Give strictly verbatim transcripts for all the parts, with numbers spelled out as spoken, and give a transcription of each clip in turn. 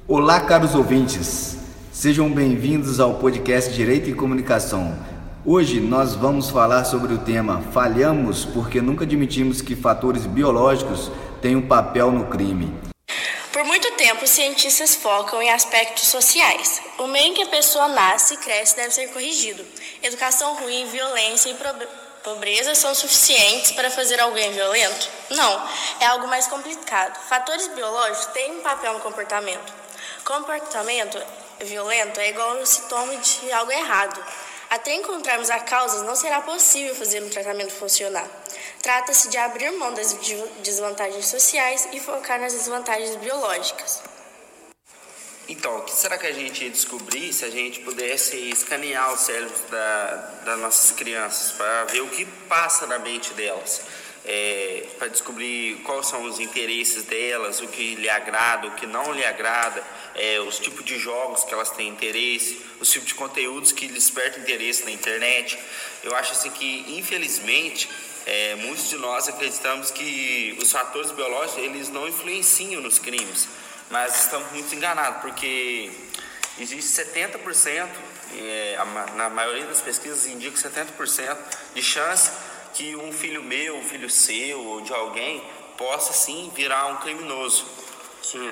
Olá, caros ouvintes, sejam bem-vindos ao podcast Direito e Comunicação. Hoje nós vamos falar sobre o tema Falhamos porque nunca admitimos que fatores biológicos têm um papel no crime. Por muito tempo, os cientistas focam em aspectos sociais. O meio em que a pessoa nasce e cresce deve ser corrigido. Educação ruim, violência e pobreza são suficientes para fazer alguém violento? Não, é algo mais complicado. Fatores biológicos têm um papel no comportamento. Comportamento violento é igual ao sintoma de algo errado. Até encontrarmos a causa, não será possível fazer um tratamento funcionar. Trata-se de abrir mão das desvantagens sociais e focar nas desvantagens biológicas. Então, o que será que a gente ia descobrir se a gente pudesse escanear os cérebros da, das nossas crianças para ver o que passa na mente delas? É, para descobrir quais são os interesses delas, o que lhe agrada, o que não lhe agrada, é, os tipos de jogos que elas têm interesse, os tipos de conteúdos que despertam interesse na internet. Eu acho assim que, infelizmente, é, muitos de nós acreditamos que os fatores biológicos eles não influenciam nos crimes, mas estamos muito enganados, porque existe setenta por cento, é, na maioria das pesquisas indica setenta por cento de chance que um filho meu, um filho seu ou de alguém possa sim virar um criminoso. Sim.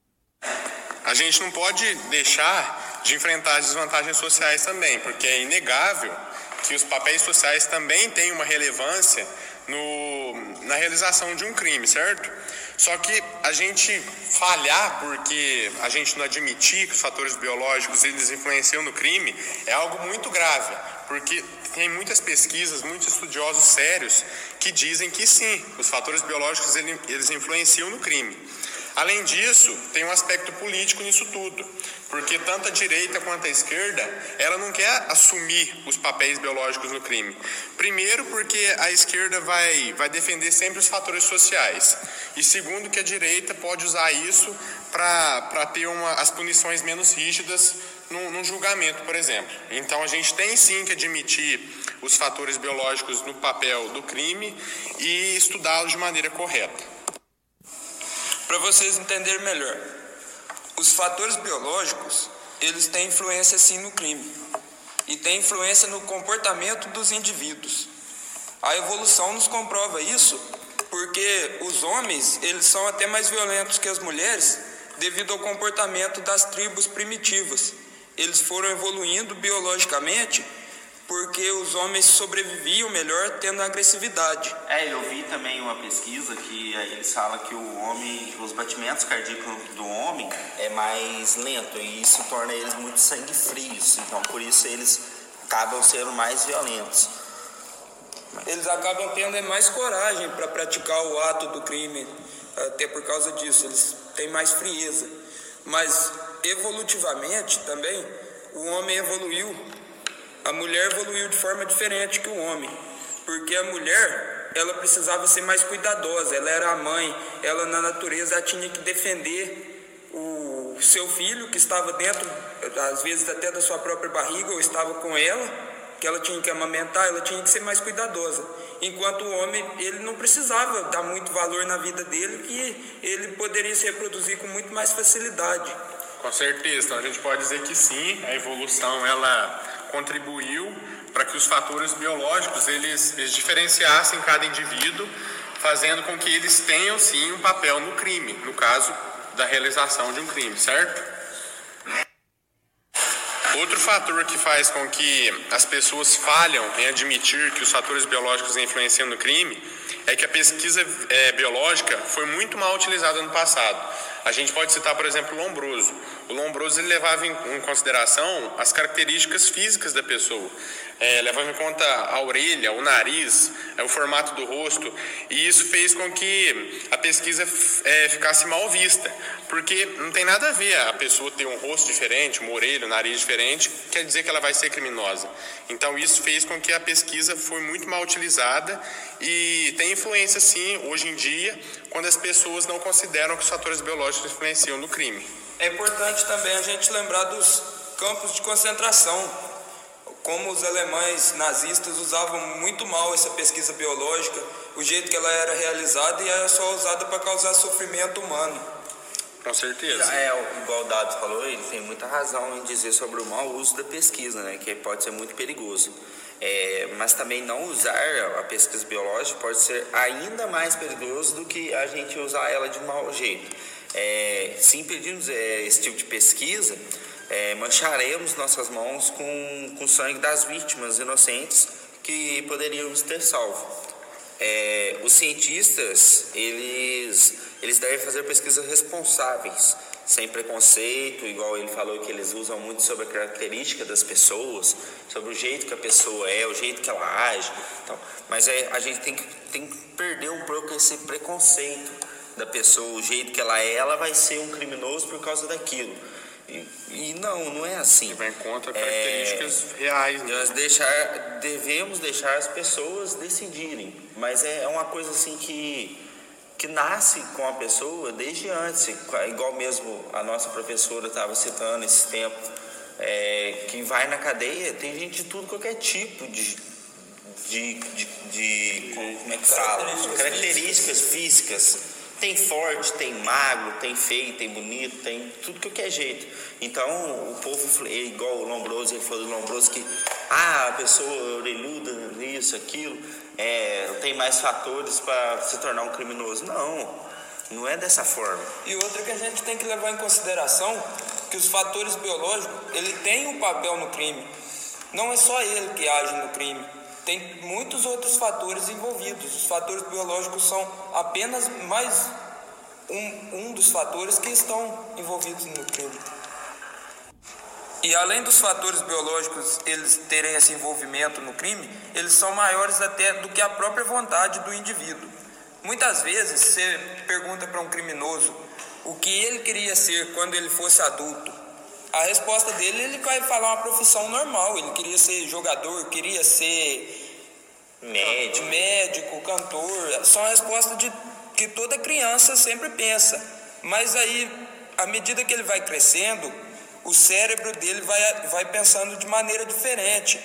A gente não pode deixar de enfrentar as desvantagens sociais também, porque é inegável que os papéis sociais também têm uma relevância no, na realização de um crime, certo? Só que a gente falhar porque a gente não admitir que os fatores biológicos eles influenciam no crime é algo muito grave, porque tem muitas pesquisas, muitos estudiosos sérios que dizem que sim, os fatores biológicos eles influenciam no crime. Além disso, tem um aspecto político nisso tudo, porque tanto a direita quanto a esquerda, ela não quer assumir os papéis biológicos no crime. Primeiro, porque a esquerda vai, vai defender sempre os fatores sociais. E segundo, que a direita pode usar isso para ter uma, as punições menos rígidas num, num julgamento, por exemplo. Então, a gente tem sim que admitir os fatores biológicos no papel do crime e estudá-los de maneira correta. Para vocês entenderem melhor, os fatores biológicos, eles têm influência sim no crime e têm influência no comportamento dos indivíduos. A evolução nos comprova isso porque os homens, eles são até mais violentos que as mulheres devido ao comportamento das tribos primitivas. Eles foram evoluindo biologicamente porque os homens sobreviviam melhor tendo agressividade. É, eu vi também uma pesquisa que eles falam que o homem, os batimentos cardíacos do homem é mais lento e isso torna eles muito sangue frios, então por isso eles acabam sendo mais violentos. Eles acabam tendo mais coragem para praticar o ato do crime, até por causa disso, eles têm mais frieza. Mas evolutivamente também, o homem evoluiu. A mulher evoluiu de forma diferente que o homem, porque a mulher, ela precisava ser mais cuidadosa, ela era a mãe, ela na natureza ela tinha que defender o seu filho que estava dentro, às vezes até da sua própria barriga, ou estava com ela, que ela tinha que amamentar, ela tinha que ser mais cuidadosa. Enquanto o homem, ele não precisava dar muito valor na vida dele, que ele poderia se reproduzir com muito mais facilidade. Com certeza, então a gente pode dizer que sim, a evolução ela contribuiu para que os fatores biológicos eles, eles diferenciassem cada indivíduo, fazendo com que eles tenham sim um papel no crime, no caso da realização de um crime, certo? Outro fator que faz com que as pessoas falham em admitir que os fatores biológicos influenciam no crime é que a pesquisa é, biológica foi muito mal utilizada no passado. A gente pode citar, por exemplo, o Lombroso. O Lombroso ele levava em, em consideração as características físicas da pessoa. É, levava em conta a orelha, o nariz, é, o formato do rosto. E isso fez com que a pesquisa é, ficasse mal vista. Porque não tem nada a ver a pessoa ter um rosto diferente, uma orelha, um nariz diferente, quer dizer que ela vai ser criminosa. Então isso fez com que a pesquisa foi muito mal utilizada e tem influência sim, hoje em dia, quando as pessoas não consideram que os fatores biológicos influenciam no crime. É importante também a gente lembrar dos campos de concentração, como os alemães nazistas usavam muito mal essa pesquisa biológica, o jeito que ela era realizada e era só usada para causar sofrimento humano. Com certeza. É, igual o Dado falou, ele tem muita razão em dizer sobre o mau uso da pesquisa, né, que pode ser muito perigoso. É, mas também não usar a pesquisa biológica pode ser ainda mais perigoso do que a gente usar ela de mau jeito. É, se impedirmos é, esse tipo de pesquisa, é, mancharemos nossas mãos com, com o sangue das vítimas inocentes que poderíamos ter salvo. É, os cientistas, eles, eles devem fazer pesquisas responsáveis, sem preconceito, igual ele falou que eles usam muito sobre a característica das pessoas, sobre o jeito que a pessoa é, o jeito que ela age. Então, mas é, a gente tem que, tem que perder um pouco esse preconceito da pessoa, o jeito que ela é, ela vai ser um criminoso por causa daquilo. E, e não, não é assim. Vai contra características é, reais. Né? Nós deixar, devemos deixar as pessoas decidirem, mas é uma coisa assim que, que nasce com a pessoa desde antes, igual mesmo a nossa professora estava citando esse tempo, é, que vai na cadeia, tem gente de tudo, qualquer tipo de, de, de, de como é que fala? Características físicas. Tem forte, tem magro, tem feio, tem bonito, tem tudo que é jeito. Então, o povo, igual o Lombroso, ele falou do Lombroso que ah, a pessoa orelhuda, isso, aquilo, é, tem mais fatores para se tornar um criminoso. Não, não é dessa forma. E outra que a gente tem que levar em consideração, que os fatores biológicos, ele tem um papel no crime. Não é só ele que age no crime. Tem muitos outros fatores envolvidos. Os fatores biológicos são apenas mais um, um dos fatores que estão envolvidos no crime. E além dos fatores biológicos eles terem esse envolvimento no crime, eles são maiores até do que a própria vontade do indivíduo. Muitas vezes você pergunta para um criminoso o que ele queria ser quando ele fosse adulto. A resposta dele, ele vai falar uma profissão normal. Ele queria ser jogador, queria ser médico, médico cantor. São respostas de, que toda criança sempre pensa. Mas aí, à medida que ele vai crescendo, o cérebro dele vai, vai pensando de maneira diferente.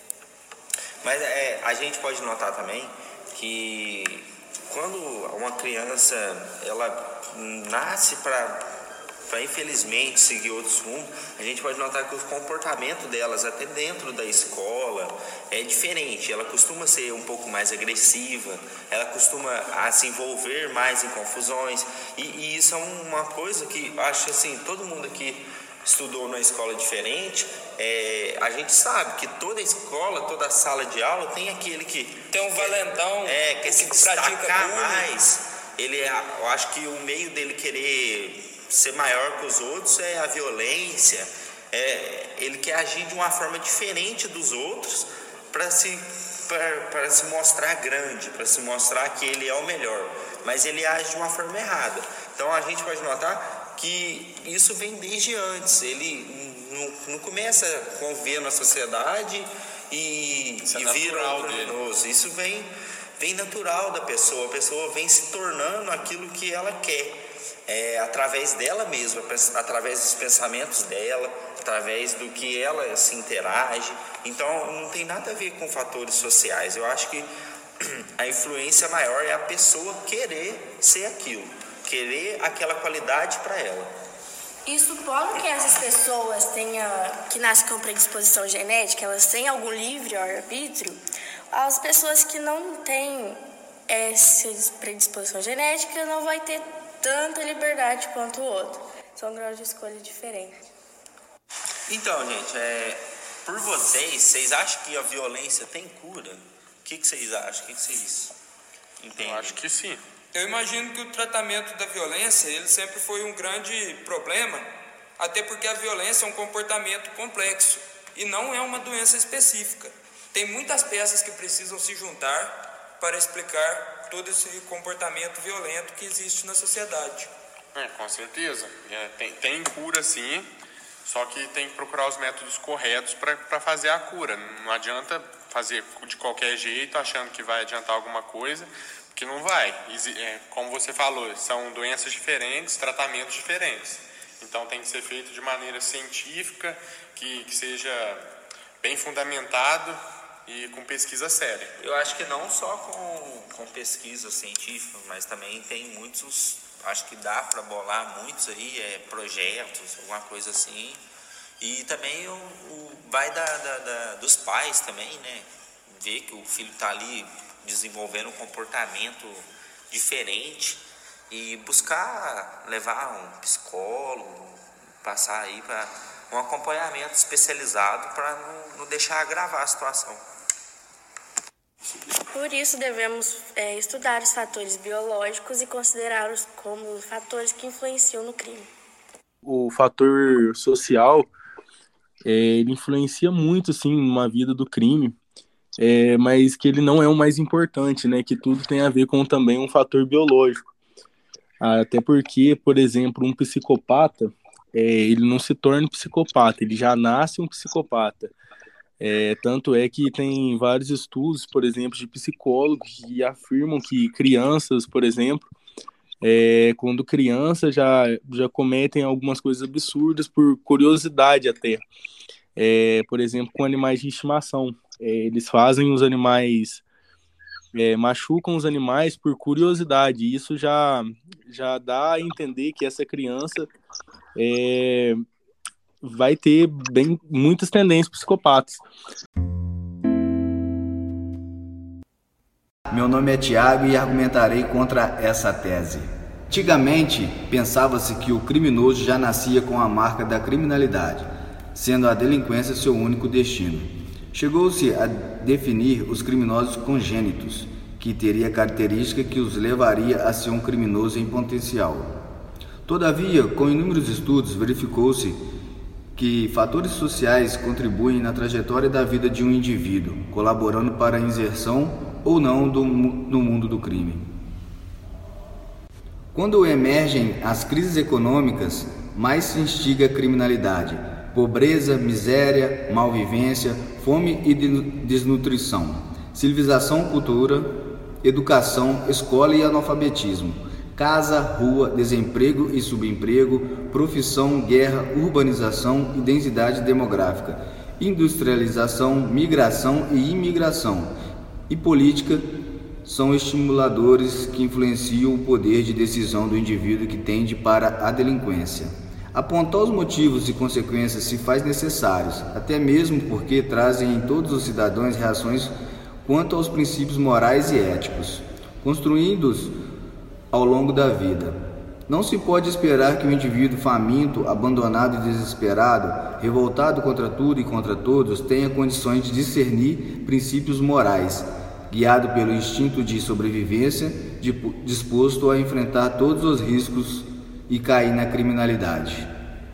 Mas é, a gente pode notar também que quando uma criança ela nasce para para infelizmente seguir outros rumos, a gente pode notar que o comportamento delas até dentro da escola é diferente. Ela costuma ser um pouco mais agressiva, ela costuma a se envolver mais em confusões, e, e isso é uma coisa que acho assim, todo mundo aqui estudou numa escola diferente, é, a gente sabe que toda escola, toda sala de aula tem aquele que tem um valentão, é, quer se pratica destacar mais. Ele, eu acho que o meio dele querer ser maior que os outros é a violência, é, ele quer agir de uma forma diferente dos outros para se, para se mostrar grande, para se mostrar que ele é o melhor, mas ele age de uma forma errada. Então a gente pode notar que isso vem desde antes, ele não, não começa a conviver na sociedade e, isso é e vira natural um criminoso. Isso vem, vem natural da pessoa, a pessoa vem se tornando aquilo que ela quer. É, através dela mesma, através dos pensamentos dela, através do que ela se interage. Então não tem nada a ver com fatores sociais. Eu acho que a influência maior é a pessoa querer ser aquilo, querer aquela qualidade para ela. E supondo que essas pessoas tenham, que nascem com predisposição genética, elas têm algum livre-arbítrio, as pessoas que não têm essa predisposição genética não vai ter tanta liberdade quanto o outro. São graus de escolha diferentes. Então, gente, é, por vocês, vocês acham que a violência tem cura? O que, que vocês acham? O que, que vocês entendem? Eu acho que sim. Eu imagino que o tratamento da violência, ele sempre foi um grande problema, até porque a violência é um comportamento complexo e não é uma doença específica. Tem muitas peças que precisam se juntar para explicar todo esse comportamento violento que existe na sociedade. É, com certeza. É, tem, tem cura sim, só que tem que procurar os métodos corretos para fazer a cura. Não adianta fazer de qualquer jeito, achando que vai adiantar alguma coisa, porque não vai. É, como você falou, são doenças diferentes, tratamentos diferentes. Então tem que ser feito de maneira científica, que, que seja bem fundamentado e com pesquisa séria. Eu acho que não só com, com pesquisa científica, mas também tem muitos acho que dá para bolar muitos aí, é, projetos, alguma coisa assim. E também o, o vai da, da, da, dos pais também, né? Ver que o filho está ali desenvolvendo um comportamento diferente e buscar levar um psicólogo, passar aí para um acompanhamento especializado para não, não deixar agravar a situação. Por isso, devemos é, estudar os fatores biológicos e considerá-los como fatores que influenciam no crime. O fator social, é, ele influencia muito, sim, numa vida do crime, é, mas que ele não é o mais importante, né? Que tudo tem a ver com também um fator biológico. Até porque, por exemplo, um psicopata, é, ele não se torna psicopata, ele já nasce um psicopata. É, tanto é que tem vários estudos, por exemplo, de psicólogos que afirmam que crianças, por exemplo, é, quando crianças já, já cometem algumas coisas absurdas por curiosidade até. É, por exemplo, com animais de estimação. É, eles fazem os animais, é, machucam os animais por curiosidade. E isso já, já dá a entender que essa criança é, vai ter bem, muitas tendências psicopatas. Meu nome é Tiago e argumentarei contra essa tese. Antigamente, pensava-se que o criminoso já nascia com a marca da criminalidade, sendo a delinquência seu único destino. Chegou-se a definir os criminosos congênitos, que teria característica que os levaria a ser um criminoso em potencial. Todavia, com inúmeros estudos, verificou-se que fatores sociais contribuem na trajetória da vida de um indivíduo, colaborando para a inserção ou não do, no mundo do crime. Quando emergem as crises econômicas, mais se instiga a criminalidade, pobreza, miséria, malvivência, fome e desnutrição, civilização, cultura, educação, escola e analfabetismo, casa, rua, desemprego e subemprego, profissão, guerra, urbanização e densidade demográfica, industrialização, migração e imigração, e política são estimuladores que influenciam o poder de decisão do indivíduo que tende para a delinquência. Apontar os motivos e consequências se faz necessários, até mesmo porque trazem em todos os cidadãos reações quanto aos princípios morais e éticos, construídos ao longo da vida. Não se pode esperar que o indivíduo faminto, abandonado e desesperado, revoltado contra tudo e contra todos, tenha condições de discernir princípios morais, guiado pelo instinto de sobrevivência, disposto a enfrentar todos os riscos e cair na criminalidade.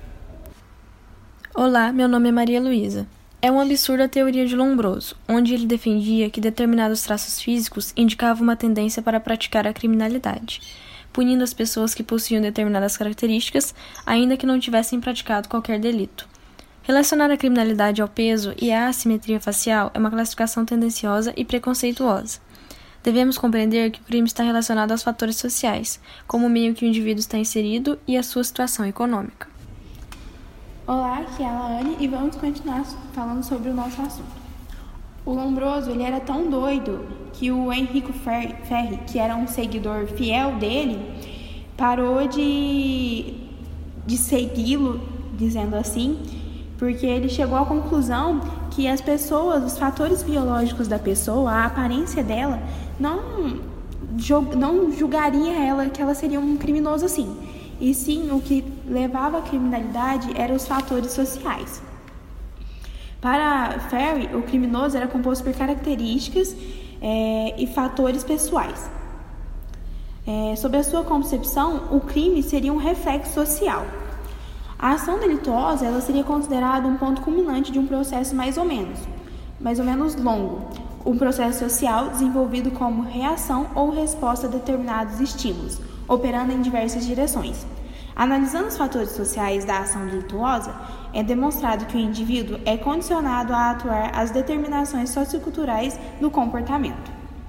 Olá, meu nome é Maria Luísa. É um absurdo a teoria de Lombroso, onde ele defendia que determinados traços físicos indicavam uma tendência para praticar a criminalidade, punindo as pessoas que possuíam determinadas características, ainda que não tivessem praticado qualquer delito. Relacionar a criminalidade ao peso e à assimetria facial é uma classificação tendenciosa e preconceituosa. Devemos compreender que o crime está relacionado aos fatores sociais, como o meio que o indivíduo está inserido e a sua situação econômica. Olá, aqui é a Laane e vamos continuar falando sobre o nosso assunto. O Lombroso, ele era tão doido que o Enrico Ferri, que era um seguidor fiel dele, parou de, de segui-lo, dizendo assim, porque ele chegou à conclusão que as pessoas, os fatores biológicos da pessoa, a aparência dela, não, não julgaria ela que ela seria um criminoso assim. E sim, o que levava à criminalidade eram os fatores sociais. Para Ferri, o criminoso era composto por características é, e fatores pessoais. É, sob a sua concepção, o crime seria um reflexo social. A ação delituosa ela seria considerada um ponto culminante de um processo mais ou menos, mais ou menos longo, um processo social desenvolvido como reação ou resposta a determinados estímulos, operando em diversas direções. Analisando os fatores sociais da ação delituosa, é demonstrado que o indivíduo é condicionado a atuar às determinações socioculturais do comportamento.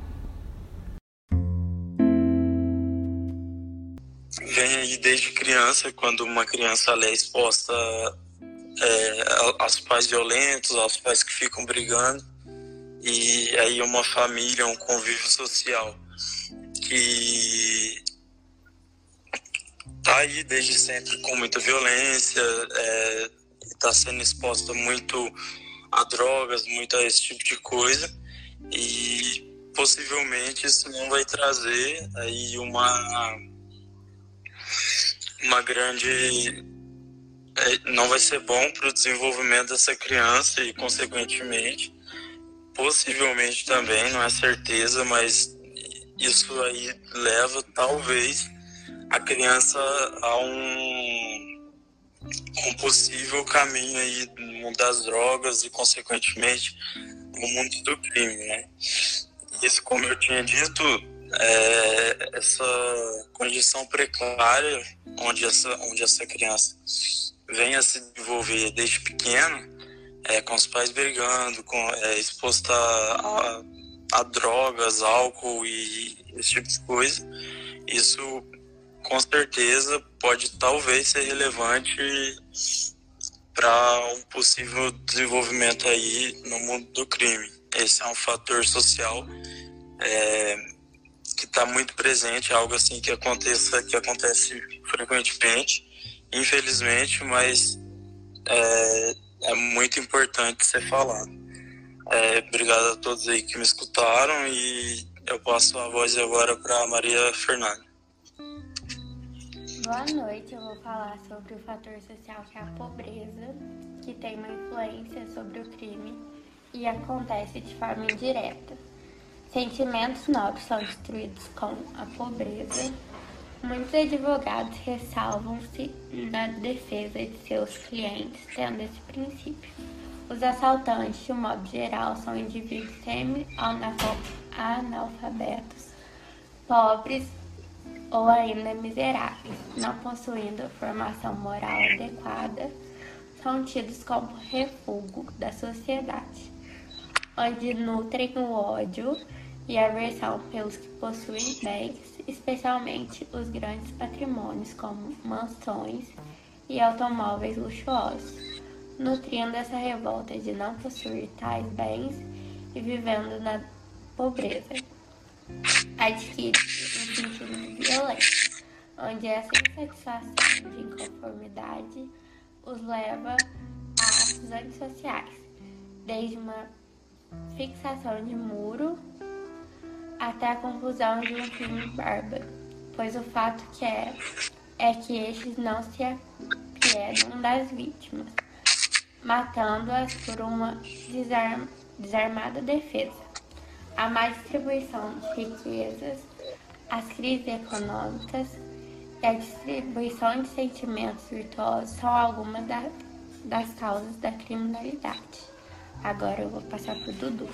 Vem aí desde criança, quando uma criança ela é exposta é, aos pais violentos, aos pais que ficam brigando, e aí uma família, um convívio social que tá aí desde sempre com muita violência, é, tá sendo exposta muito a drogas, muito a esse tipo de coisa, e possivelmente isso não vai trazer aí uma, uma grande... É, não vai ser bom para o desenvolvimento dessa criança e, consequentemente, possivelmente também, não é certeza, mas isso aí leva, talvez, a criança a um, um possível caminho aí no mundo das drogas e, consequentemente, no mundo do crime, né? Isso, como eu tinha dito, é, essa condição precária onde essa, onde essa criança vem a se desenvolver desde pequeno, é, com os pais brigando, com, é, exposta a, a drogas, álcool e esse tipo de coisa, isso com certeza pode talvez ser relevante para um possível desenvolvimento aí no mundo do crime. Esse é um fator social é, que está muito presente, algo assim que aconteça, que acontece frequentemente, infelizmente, mas é, é muito importante ser falado. É, obrigado a todos aí que me escutaram e eu passo a voz agora para Maria Fernanda. Boa noite, eu vou falar sobre o fator social que é a pobreza, que tem uma influência sobre o crime e acontece de forma indireta. Sentimentos nobres são destruídos com a pobreza. Muitos advogados ressalvam-se na defesa de seus clientes, tendo esse princípio. Os assaltantes, de um modo geral, são indivíduos semi-analfabetos, pobres ou ainda miseráveis, não possuindo formação moral adequada, são tidos como refúgio da sociedade, onde nutrem o ódio e aversão pelos que possuem bens, especialmente os grandes patrimônios como mansões e automóveis luxuosos, nutrindo essa revolta de não possuir tais bens e vivendo na pobreza. Adquire um sentido de violência, onde essa insatisfação de inconformidade os leva a atos antissociais, desde uma fixação de muro até a conclusão de um crime bárbaro, pois o fato que é, é que estes não se apiedam das vítimas, matando-as por uma desarm, desarmada defesa. A má distribuição de riquezas, as crises econômicas e a distribuição de sentimentos virtuosos são algumas da, das causas da criminalidade. Agora eu vou passar para o Dudu.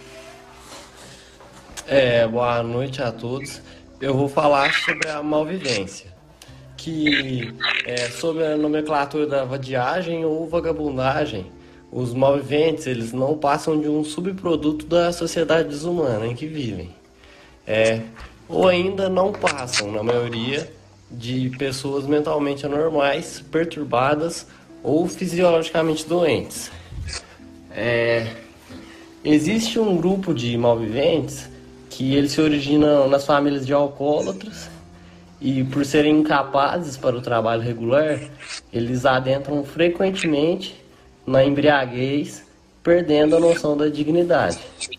É, boa noite a todos. Eu vou falar sobre a malvivência, que é sobre a nomenclatura da vadiagem ou vagabundagem. Os malviventes, eles não passam de um subproduto da sociedade desumana em que vivem. É, ou ainda não passam, na maioria, de pessoas mentalmente anormais, perturbadas ou fisiologicamente doentes. É, existe um grupo de malviventes que eles se originam nas famílias de alcoólatras e, por serem incapazes para o trabalho regular, eles adentram frequentemente na embriaguez, perdendo a noção da dignidade.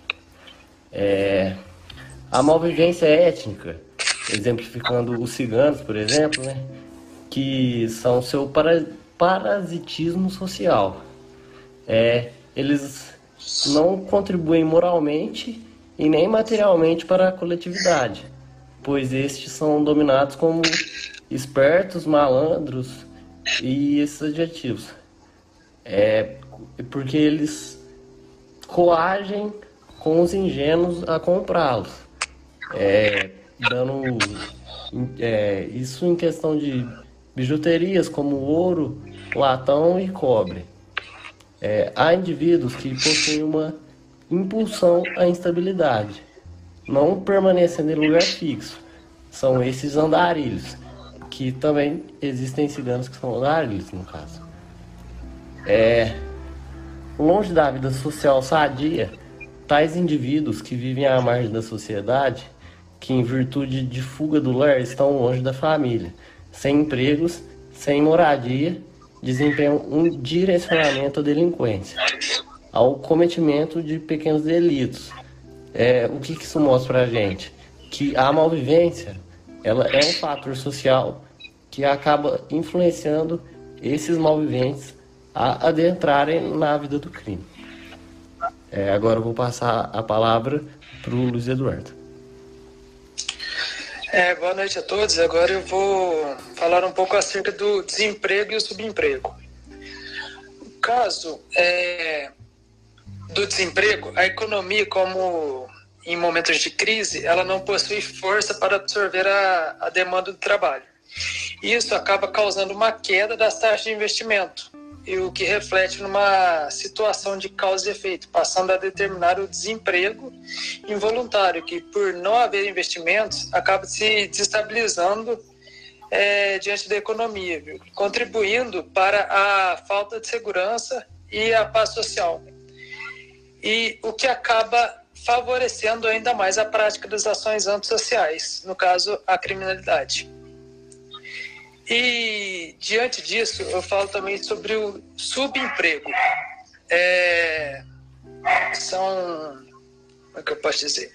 É, a malvivência étnica, exemplificando os ciganos, por exemplo, né, que são seu para, parasitismo social. É, eles não contribuem moralmente e nem materialmente para a coletividade, pois estes são dominados como espertos, malandros e esses adjetivos. É porque eles coagem com os ingênuos a comprá-los, é, dando é, isso em questão de bijuterias como ouro, latão e cobre. É, há indivíduos que possuem uma impulsão à instabilidade, não permanecendo em lugar fixo. São esses andarilhos, que também existem ciganos que são andarilhos, no caso. É, longe da vida social sadia, tais indivíduos que vivem à margem da sociedade, que em virtude de fuga do lar estão longe da família, sem empregos, sem moradia, desempenham um direcionamento à delinquência, ao cometimento de pequenos delitos. É, o que, que isso mostra para a gente? Que a malvivência, ela é um fator social que acaba influenciando esses malviventes a adentrarem na vida do crime. É, agora eu vou passar a palavra para o Luiz Eduardo. É, boa noite a todos. Agora eu vou falar um pouco acerca do desemprego e o subemprego. No caso é, do desemprego, a economia, como em momentos de crise, ela não possui força para absorver a, a demanda do trabalho. Isso acaba causando uma queda das taxas de investimento, e o que reflete numa situação de causa e efeito, passando a determinar o desemprego involuntário, que por não haver investimentos acaba se desestabilizando é, diante da economia, viu? Contribuindo para a falta de segurança e a paz social. E o que acaba favorecendo ainda mais a prática das ações antissociais, no caso, a criminalidade. E, diante disso, eu falo também sobre o subemprego. É, são... Como é que eu posso dizer?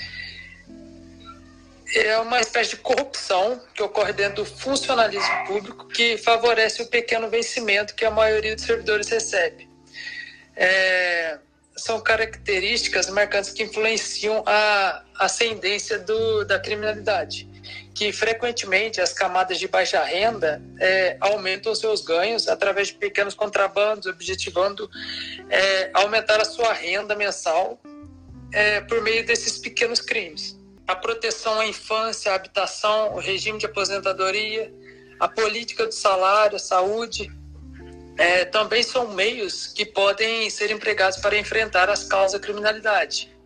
É uma espécie de corrupção que ocorre dentro do funcionalismo público que favorece o pequeno vencimento que a maioria dos servidores recebe. É, são características marcantes que influenciam a ascendência do, da criminalidade, que frequentemente as camadas de baixa renda é, aumentam seus ganhos através de pequenos contrabandos, objetivando é, aumentar a sua renda mensal é, por meio desses pequenos crimes. A proteção à infância, a habitação, o regime de aposentadoria, a política do salário, a saúde, é, também são meios que podem ser empregados para enfrentar as causas da criminalidade.